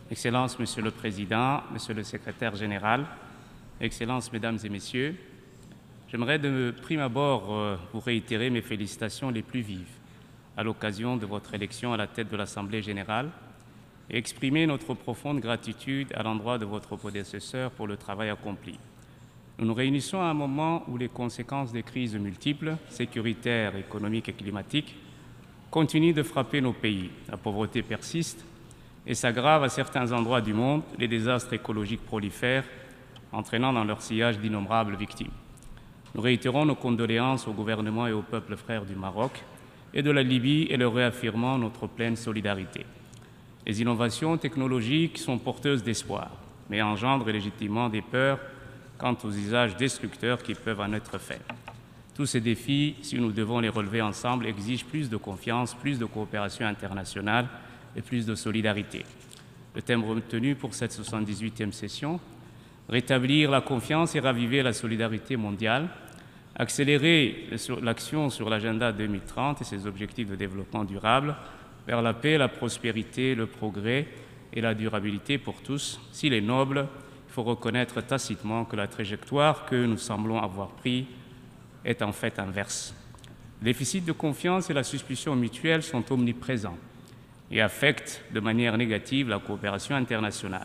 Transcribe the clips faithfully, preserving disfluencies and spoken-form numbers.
Excellences, Monsieur le Président, Monsieur le Secrétaire général, Excellences, Mesdames et Messieurs, j'aimerais de prime abord vous réitérer mes félicitations les plus vives à l'occasion de votre élection à la tête de l'Assemblée générale et exprimer notre profonde gratitude à l'endroit de votre prédécesseur pour le travail accompli. Nous nous réunissons à un moment où les conséquences des crises multiples, sécuritaires, économiques et climatiques, continuent de frapper nos pays. La pauvreté persiste et s'aggrave à certains endroits du monde, les désastres écologiques prolifèrent, entraînant dans leur sillage d'innombrables victimes. Nous réitérons nos condoléances au gouvernement et au peuple frère du Maroc et de la Libye et leur réaffirmant notre pleine solidarité. Les innovations technologiques sont porteuses d'espoir, mais engendrent légitimement des peurs quant aux usages destructeurs qui peuvent en être faits. Tous ces défis, si nous devons les relever ensemble, exigent plus de confiance, plus de coopération internationale et plus de solidarité. Le thème retenu pour cette soixante-dix-huitième session, rétablir la confiance et raviver la solidarité mondiale, accélérer l'action sur l'agenda deux mille trente et ses objectifs de développement durable vers la paix, la prospérité, le progrès et la durabilité pour tous. S'il est noble, il faut reconnaître tacitement que la trajectoire que nous semblons avoir prise est en fait inverse. Le déficit de confiance et la suspicion mutuelle sont omniprésents et affectent de manière négative la coopération internationale.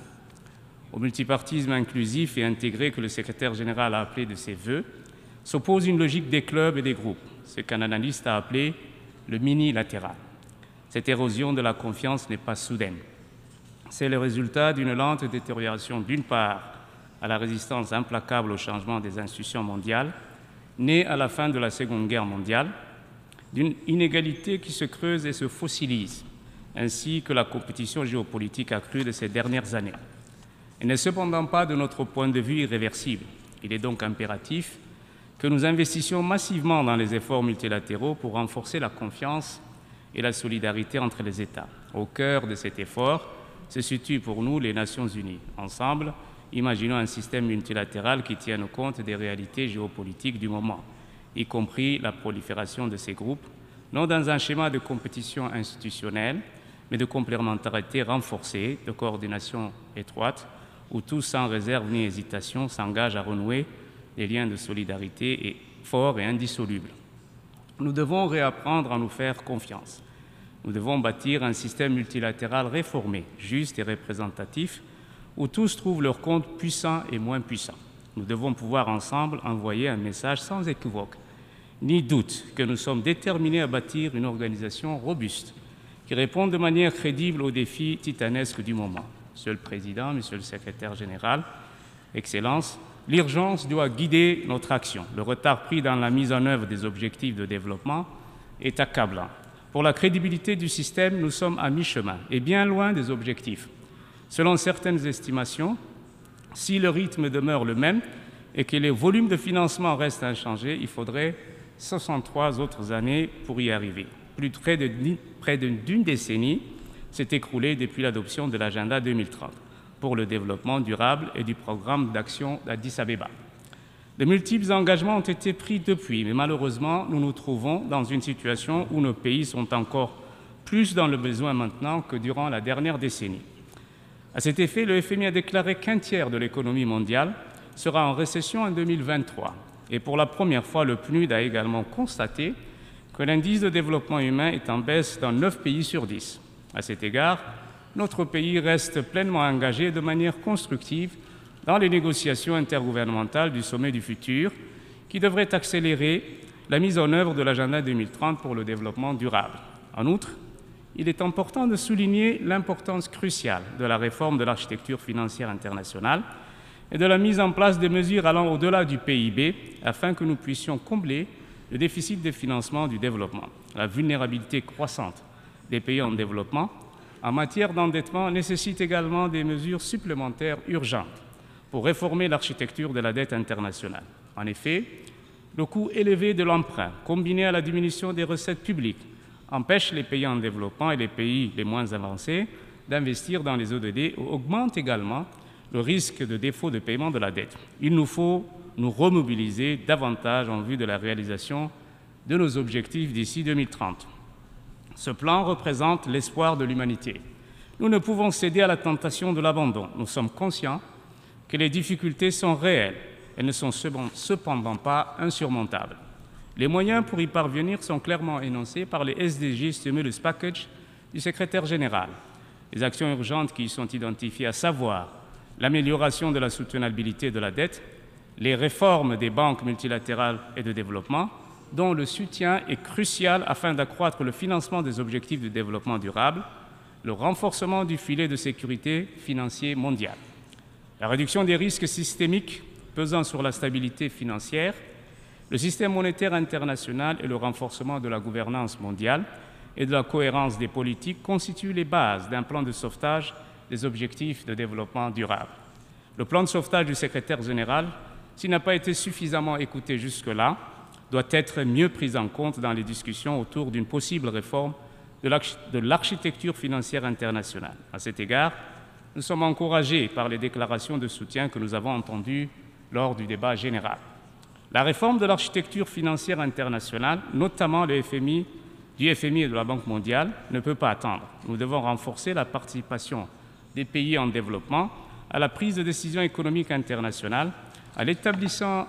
Au multipartisme inclusif et intégré que le secrétaire général a appelé de ses vœux, s'oppose une logique des clubs et des groupes, ce qu'un analyste a appelé le mini-latéral. Cette érosion de la confiance n'est pas soudaine. C'est le résultat d'une lente détérioration, d'une part, à la résistance implacable au changement des institutions mondiales, née à la fin de la Seconde Guerre mondiale, d'une inégalité qui se creuse et se fossilise, ainsi que la compétition géopolitique accrue de ces dernières années. Elle n'est cependant pas, de notre point de vue, irréversible. Il est donc impératif que nous investissions massivement dans les efforts multilatéraux pour renforcer la confiance et la solidarité entre les États. Au cœur de cet effort se situent pour nous les Nations unies. Ensemble, imaginons un système multilatéral qui tienne compte des réalités géopolitiques du moment, y compris la prolifération de ces groupes, non dans un schéma de compétition institutionnelle, mais de complémentarité renforcée, de coordination étroite, où tous, sans réserve ni hésitation, s'engagent à renouer des liens de solidarité et forts et indissolubles. Nous devons réapprendre à nous faire confiance. Nous devons bâtir un système multilatéral réformé, juste et représentatif, où tous trouvent leur compte puissant et moins puissant. Nous devons pouvoir ensemble envoyer un message sans équivoque, ni doute, que nous sommes déterminés à bâtir une organisation robuste, qui répond de manière crédible aux défis titanesques du moment. Monsieur le Président, Monsieur le Secrétaire général, Excellences, l'urgence doit guider notre action. Le retard pris dans la mise en œuvre des objectifs de développement est accablant. Pour la crédibilité du système, nous sommes à mi-chemin et bien loin des objectifs. Selon certaines estimations, si le rythme demeure le même et que les volumes de financement restent inchangés, il faudrait soixante-trois autres années pour y arriver. Plus de près de, près d'une décennie s'est écoulée depuis l'adoption de l'agenda deux mille trente pour le développement durable et du programme d'action d'Addis Abeba. De multiples engagements ont été pris depuis, mais malheureusement, nous nous trouvons dans une situation où nos pays sont encore plus dans le besoin maintenant que durant la dernière décennie. À cet effet, le F M I a déclaré qu'un tiers de l'économie mondiale sera en récession en deux mille vingt-trois. Et pour la première fois, le P N U D a également constaté que l'indice de développement humain est en baisse dans neuf pays sur dix. À cet égard, notre pays reste pleinement engagé de manière constructive dans les négociations intergouvernementales du sommet du futur, qui devrait accélérer la mise en œuvre de l'agenda deux mille trente pour le développement durable. En outre, il est important de souligner l'importance cruciale de la réforme de l'architecture financière internationale et de la mise en place de mesures allant au-delà du P I B afin que nous puissions combler le déficit de financement du développement. La vulnérabilité croissante des pays en développement en matière d'endettement nécessite également des mesures supplémentaires urgentes pour réformer l'architecture de la dette internationale. En effet, le coût élevé de l'emprunt, combiné à la diminution des recettes publiques, empêche les pays en développement et les pays les moins avancés d'investir dans les O D D et augmente également le risque de défaut de paiement de la dette. Il nous faut nous remobiliser davantage en vue de la réalisation de nos objectifs d'ici deux mille trente. Ce plan représente l'espoir de l'humanité. Nous ne pouvons céder à la tentation de l'abandon. Nous sommes conscients que les difficultés sont réelles. Elles ne sont cependant pas insurmontables. Les moyens pour y parvenir sont clairement énoncés par les S D G Stimulus Package du secrétaire général. Les actions urgentes qui y sont identifiées, à savoir l'amélioration de la soutenabilité de la dette, les réformes des banques multilatérales et de développement, dont le soutien est crucial afin d'accroître le financement des objectifs de développement durable, le renforcement du filet de sécurité financier mondial, la réduction des risques systémiques pesant sur la stabilité financière, le système monétaire international et le renforcement de la gouvernance mondiale et de la cohérence des politiques constituent les bases d'un plan de sauvetage des objectifs de développement durable. Le plan de sauvetage du secrétaire général, s'il n'a pas été suffisamment écouté jusque-là, doit être mieux pris en compte dans les discussions autour d'une possible réforme de l'architecture financière internationale. À cet égard, nous sommes encouragés par les déclarations de soutien que nous avons entendues lors du débat général. La réforme de l'architecture financière internationale, notamment le F M I, du F M I et de la Banque mondiale, ne peut pas attendre. Nous devons renforcer la participation des pays en développement à la prise de décision économique internationale, à l'établissement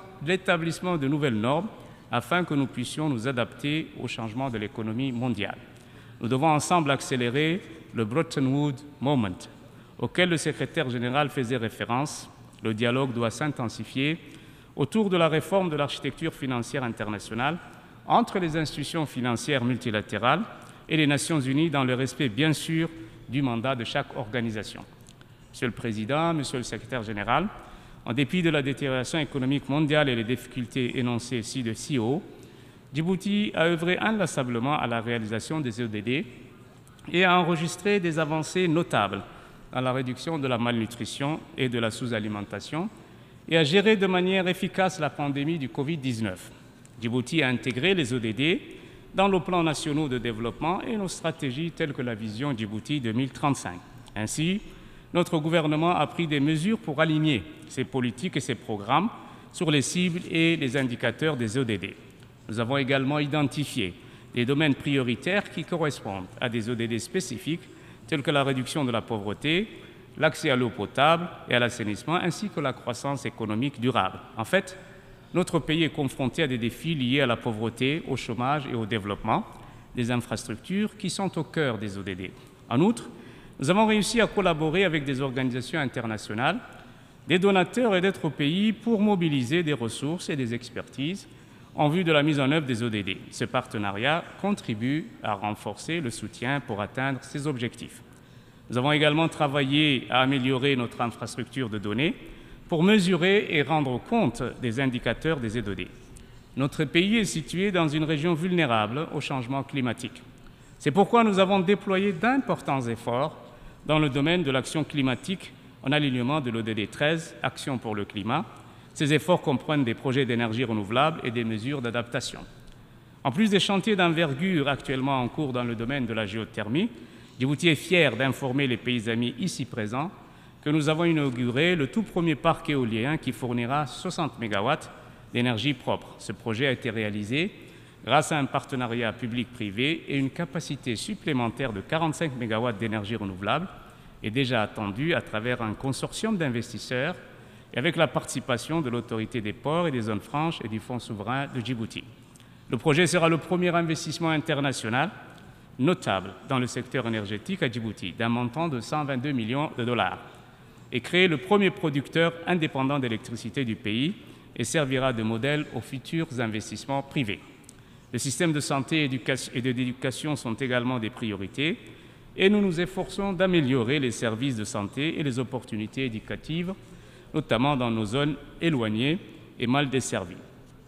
de nouvelles normes, afin que nous puissions nous adapter au changement de l'économie mondiale. Nous devons ensemble accélérer le Bretton Woods Moment, auquel le secrétaire général faisait référence. Le dialogue doit s'intensifier autour de la réforme de l'architecture financière internationale entre les institutions financières multilatérales et les Nations unies dans le respect, bien sûr, du mandat de chaque organisation. Monsieur le Président, Monsieur le Secrétaire général, en dépit de la détérioration économique mondiale et les difficultés énoncées ci-dessus haut, Djibouti a œuvré inlassablement à la réalisation des O D D et a enregistré des avancées notables dans la réduction de la malnutrition et de la sous-alimentation et a géré de manière efficace la pandémie du Covid dix-neuf. Djibouti a intégré les O D D dans nos plans nationaux de développement et nos stratégies telles que la vision Djibouti deux mille trente-cinq. Ainsi, notre gouvernement a pris des mesures pour aligner ses politiques et ses programmes sur les cibles et les indicateurs des O D D. Nous avons également identifié des domaines prioritaires qui correspondent à des O D D spécifiques tels que la réduction de la pauvreté, l'accès à l'eau potable et à l'assainissement, ainsi que la croissance économique durable. En fait, notre pays est confronté à des défis liés à la pauvreté, au chômage et au développement des infrastructures qui sont au cœur des O D D. En outre, nous avons réussi à collaborer avec des organisations internationales, des donateurs et d'autres pays pour mobiliser des ressources et des expertises en vue de la mise en œuvre des O D D. Ce partenariat contribue à renforcer le soutien pour atteindre ces objectifs. Nous avons également travaillé à améliorer notre infrastructure de données pour mesurer et rendre compte des indicateurs des O D D. Notre pays est situé dans une région vulnérable au changement climatique. C'est pourquoi nous avons déployé d'importants efforts dans le domaine de l'action climatique en alignement de l'O D D treize, Action pour le climat. Ces efforts comprennent des projets d'énergie renouvelable et des mesures d'adaptation. En plus des chantiers d'envergure actuellement en cours dans le domaine de la géothermie, Djibouti est fier d'informer les pays amis ici présents que nous avons inauguré le tout premier parc éolien qui fournira soixante mégawatts d'énergie propre. Ce projet a été réalisé grâce à un partenariat public-privé et une capacité supplémentaire de quarante-cinq mégawatts d'énergie renouvelable est déjà attendue à travers un consortium d'investisseurs et avec la participation de l'autorité des ports et des zones franches et du Fonds souverain de Djibouti. Le projet sera le premier investissement international notable dans le secteur énergétique à Djibouti, d'un montant de cent vingt-deux millions de dollars, et créer le premier producteur indépendant d'électricité du pays et servira de modèle aux futurs investissements privés. Le système de santé et d'éducation sont également des priorités et nous nous efforçons d'améliorer les services de santé et les opportunités éducatives, notamment dans nos zones éloignées et mal desservies.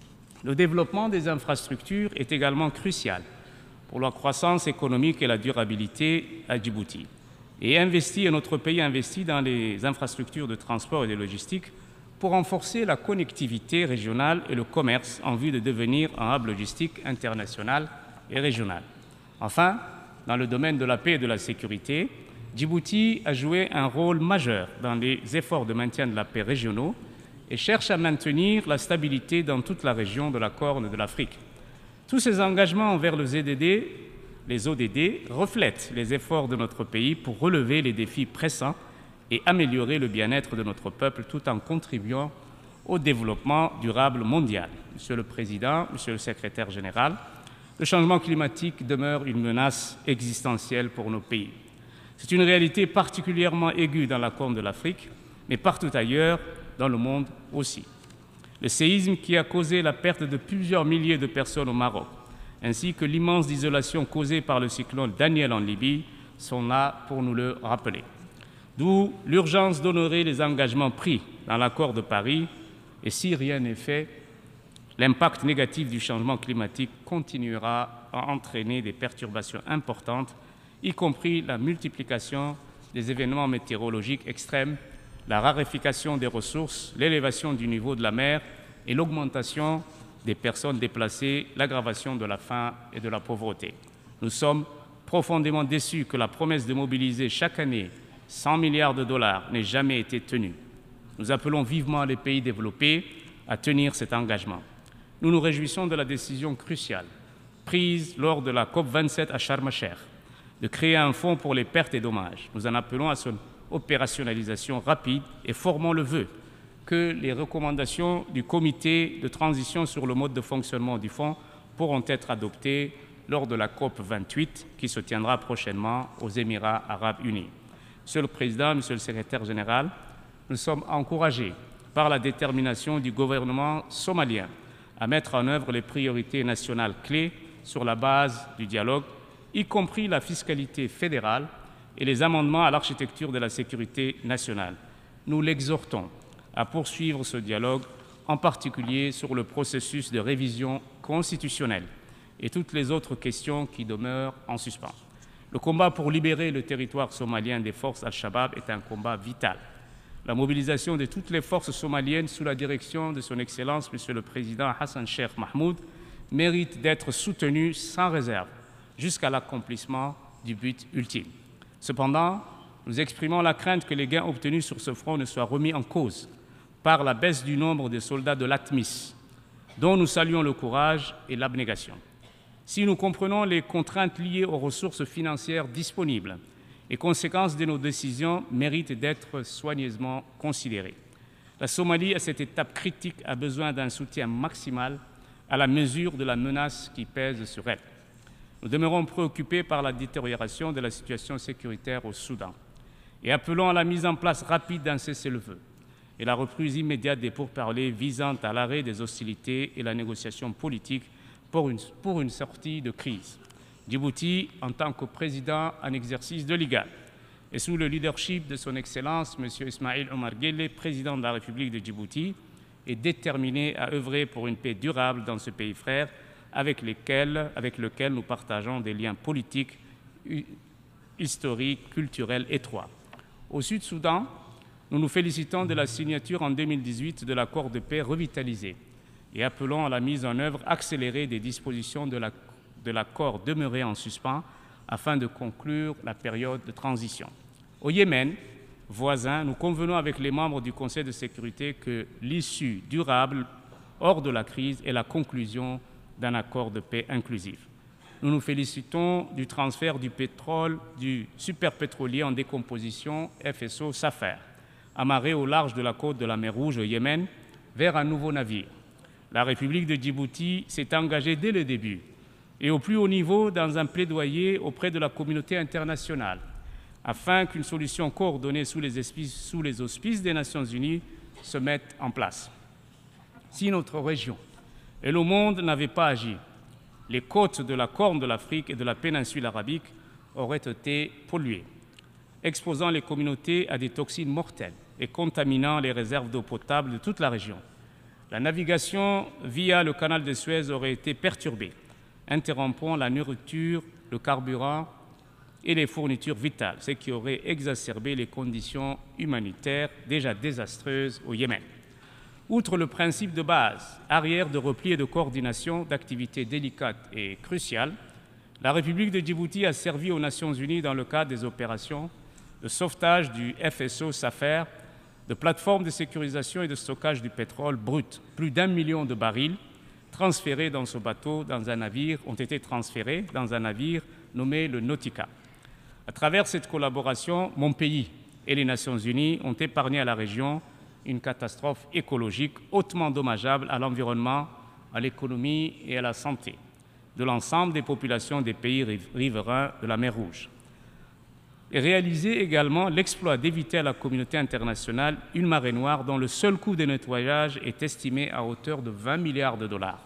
Le développement des infrastructures est également crucial pour la croissance économique et la durabilité à Djibouti. Et, investi, et notre pays investit dans les infrastructures de transport et de logistique pour renforcer la connectivité régionale et le commerce en vue de devenir un hub logistique international et régional. Enfin, dans le domaine de la paix et de la sécurité, Djibouti a joué un rôle majeur dans les efforts de maintien de la paix régionaux et cherche à maintenir la stabilité dans toute la région de la Corne de l'Afrique. Tous ces engagements envers le Z D D les O D D, reflètent les efforts de notre pays pour relever les défis pressants et améliorer le bien-être de notre peuple tout en contribuant au développement durable mondial. Monsieur le Président, Monsieur le Secrétaire général, le changement climatique demeure une menace existentielle pour nos pays. C'est une réalité particulièrement aiguë dans la Corne de l'Afrique, mais partout ailleurs dans le monde aussi. Le séisme qui a causé la perte de plusieurs milliers de personnes au Maroc, ainsi que l'immense isolation causée par le cyclone Daniel en Libye, sont là pour nous le rappeler. D'où l'urgence d'honorer les engagements pris dans l'accord de Paris, et si rien n'est fait, l'impact négatif du changement climatique continuera à entraîner des perturbations importantes, y compris la multiplication des événements météorologiques extrêmes, la raréfaction des ressources, l'élévation du niveau de la mer et l'augmentation des personnes déplacées, l'aggravation de la faim et de la pauvreté. Nous sommes profondément déçus que la promesse de mobiliser chaque année cent milliards de dollars n'ait jamais été tenue. Nous appelons vivement les pays développés à tenir cet engagement. Nous nous réjouissons de la décision cruciale prise lors de la COP vingt-sept à Sharm el-Sheikh de créer un fonds pour les pertes et dommages. Nous en appelons à son opérationnalisation rapide et formons le vœu que les recommandations du comité de transition sur le mode de fonctionnement du fonds pourront être adoptées lors de la COP vingt-huit qui se tiendra prochainement aux Émirats arabes unis. Monsieur le Président, Monsieur le Secrétaire général, nous sommes encouragés par la détermination du gouvernement somalien à mettre en œuvre les priorités nationales clés sur la base du dialogue, y compris la fiscalité fédérale et les amendements à l'architecture de la sécurité nationale. Nous l'exhortons à poursuivre ce dialogue, en particulier sur le processus de révision constitutionnelle et toutes les autres questions qui demeurent en suspens. Le combat pour libérer le territoire somalien des forces Al-Shabaab est un combat vital. La mobilisation de toutes les forces somaliennes sous la direction de son Excellence, Monsieur le Président Hassan Sheikh Mahmoud, mérite d'être soutenue sans réserve jusqu'à l'accomplissement du but ultime. Cependant, nous exprimons la crainte que les gains obtenus sur ce front ne soient remis en cause par la baisse du nombre de soldats de l'ATMIS, dont nous saluons le courage et l'abnégation. Si nous comprenons les contraintes liées aux ressources financières disponibles, les conséquences de nos décisions méritent d'être soigneusement considérées. La Somalie, à cette étape critique, a besoin d'un soutien maximal à la mesure de la menace qui pèse sur elle. Nous demeurons préoccupés par la détérioration de la situation sécuritaire au Soudan et appelons à la mise en place rapide d'un cessez-le-feu et la reprise immédiate des pourparlers visant à l'arrêt des hostilités et la négociation politique pour une, pour une sortie de crise. Djibouti, en tant que président en exercice de l'I G A D et sous le leadership de son Excellence M. Ismaïl Omar Guelleh, président de la République de Djibouti, est déterminé à œuvrer pour une paix durable dans ce pays frère avec, lesquels, avec lequel nous partageons des liens politiques, historiques, culturels étroits. Au Sud-Soudan, nous nous félicitons de la signature en deux mille dix-huit de l'accord de paix revitalisé et appelons à la mise en œuvre accélérée des dispositions de la de l'accord demeuré en suspens afin de conclure la période de transition. Au Yémen, voisin, nous convenons avec les membres du Conseil de sécurité que l'issue durable hors de la crise est la conclusion d'un accord de paix inclusif. Nous nous félicitons du transfert du pétrole du superpétrolier en décomposition F S O Safer, amarré au large de la côte de la mer Rouge au Yémen, vers un nouveau navire. La République de Djibouti s'est engagée dès le début et au plus haut niveau dans un plaidoyer auprès de la communauté internationale, afin qu'une solution coordonnée sous les, auspices, sous les auspices des Nations Unies se mette en place. Si notre région et le monde n'avaient pas agi, les côtes de la Corne de l'Afrique et de la péninsule arabique auraient été polluées, exposant les communautés à des toxines mortelles et contaminant les réserves d'eau potable de toute la région. La navigation via le canal de Suez aurait été perturbée, interrompant la nourriture, le carburant et les fournitures vitales, ce qui aurait exacerbé les conditions humanitaires déjà désastreuses au Yémen. Outre le principe de base, arrière de repli et de coordination d'activités délicates et cruciales, la République de Djibouti a servi aux Nations Unies dans le cadre des opérations de sauvetage du F S O Safer, de plateformes de sécurisation et de stockage du pétrole brut. Plus d'un million de barils transférés dans ce bateau, dans un navire, ont été transférés dans un navire nommé le Nautica. À travers cette collaboration, mon pays et les Nations unies ont épargné à la région une catastrophe écologique hautement dommageable à l'environnement, à l'économie et à la santé de l'ensemble des populations des pays riverains de la mer Rouge. Et réaliser également l'exploit d'éviter à la communauté internationale une marée noire dont le seul coût de nettoyage est estimé à hauteur de vingt milliards de dollars.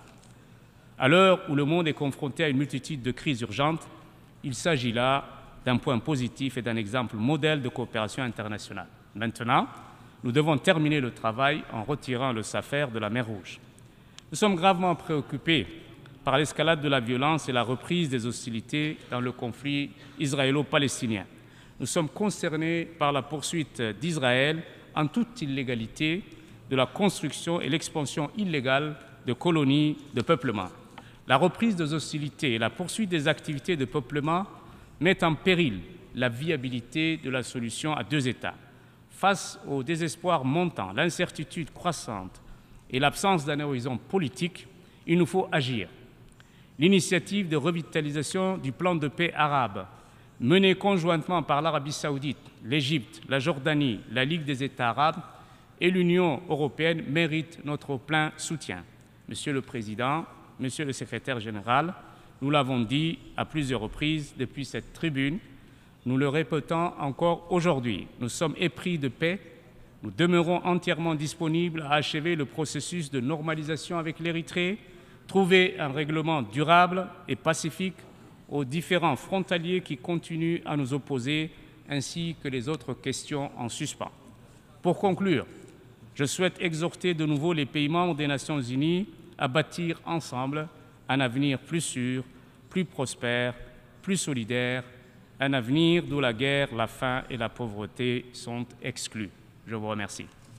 À l'heure où le monde est confronté à une multitude de crises urgentes, il s'agit là d'un point positif et d'un exemple modèle de coopération internationale. Maintenant, nous devons terminer le travail en retirant le Safer de la mer Rouge. Nous sommes gravement préoccupés par l'escalade de la violence et la reprise des hostilités dans le conflit israélo-palestinien. Nous sommes concernés par la poursuite d'Israël en toute illégalité de la construction et l'expansion illégale de colonies de peuplement. La reprise des hostilités et la poursuite des activités de peuplement mettent en péril la viabilité de la solution à deux États. Face au désespoir montant, l'incertitude croissante et l'absence d'un horizon politique, il nous faut agir. L'initiative de revitalisation du plan de paix arabe, menée conjointement par l'Arabie saoudite, l'Égypte, la Jordanie, la Ligue des États arabes et l'Union européenne, mérite notre plein soutien. Monsieur le Président, Monsieur le Secrétaire général, nous l'avons dit à plusieurs reprises depuis cette tribune, nous le répétons encore aujourd'hui, nous sommes épris de paix, nous demeurons entièrement disponibles à achever le processus de normalisation avec l'Érythrée, trouver un règlement durable et pacifique aux différents frontaliers qui continuent à nous opposer, ainsi que les autres questions en suspens. Pour conclure, je souhaite exhorter de nouveau les pays membres des Nations unies à bâtir ensemble un avenir plus sûr, plus prospère, plus solidaire, un avenir d'où la guerre, la faim et la pauvreté sont exclus. Je vous remercie.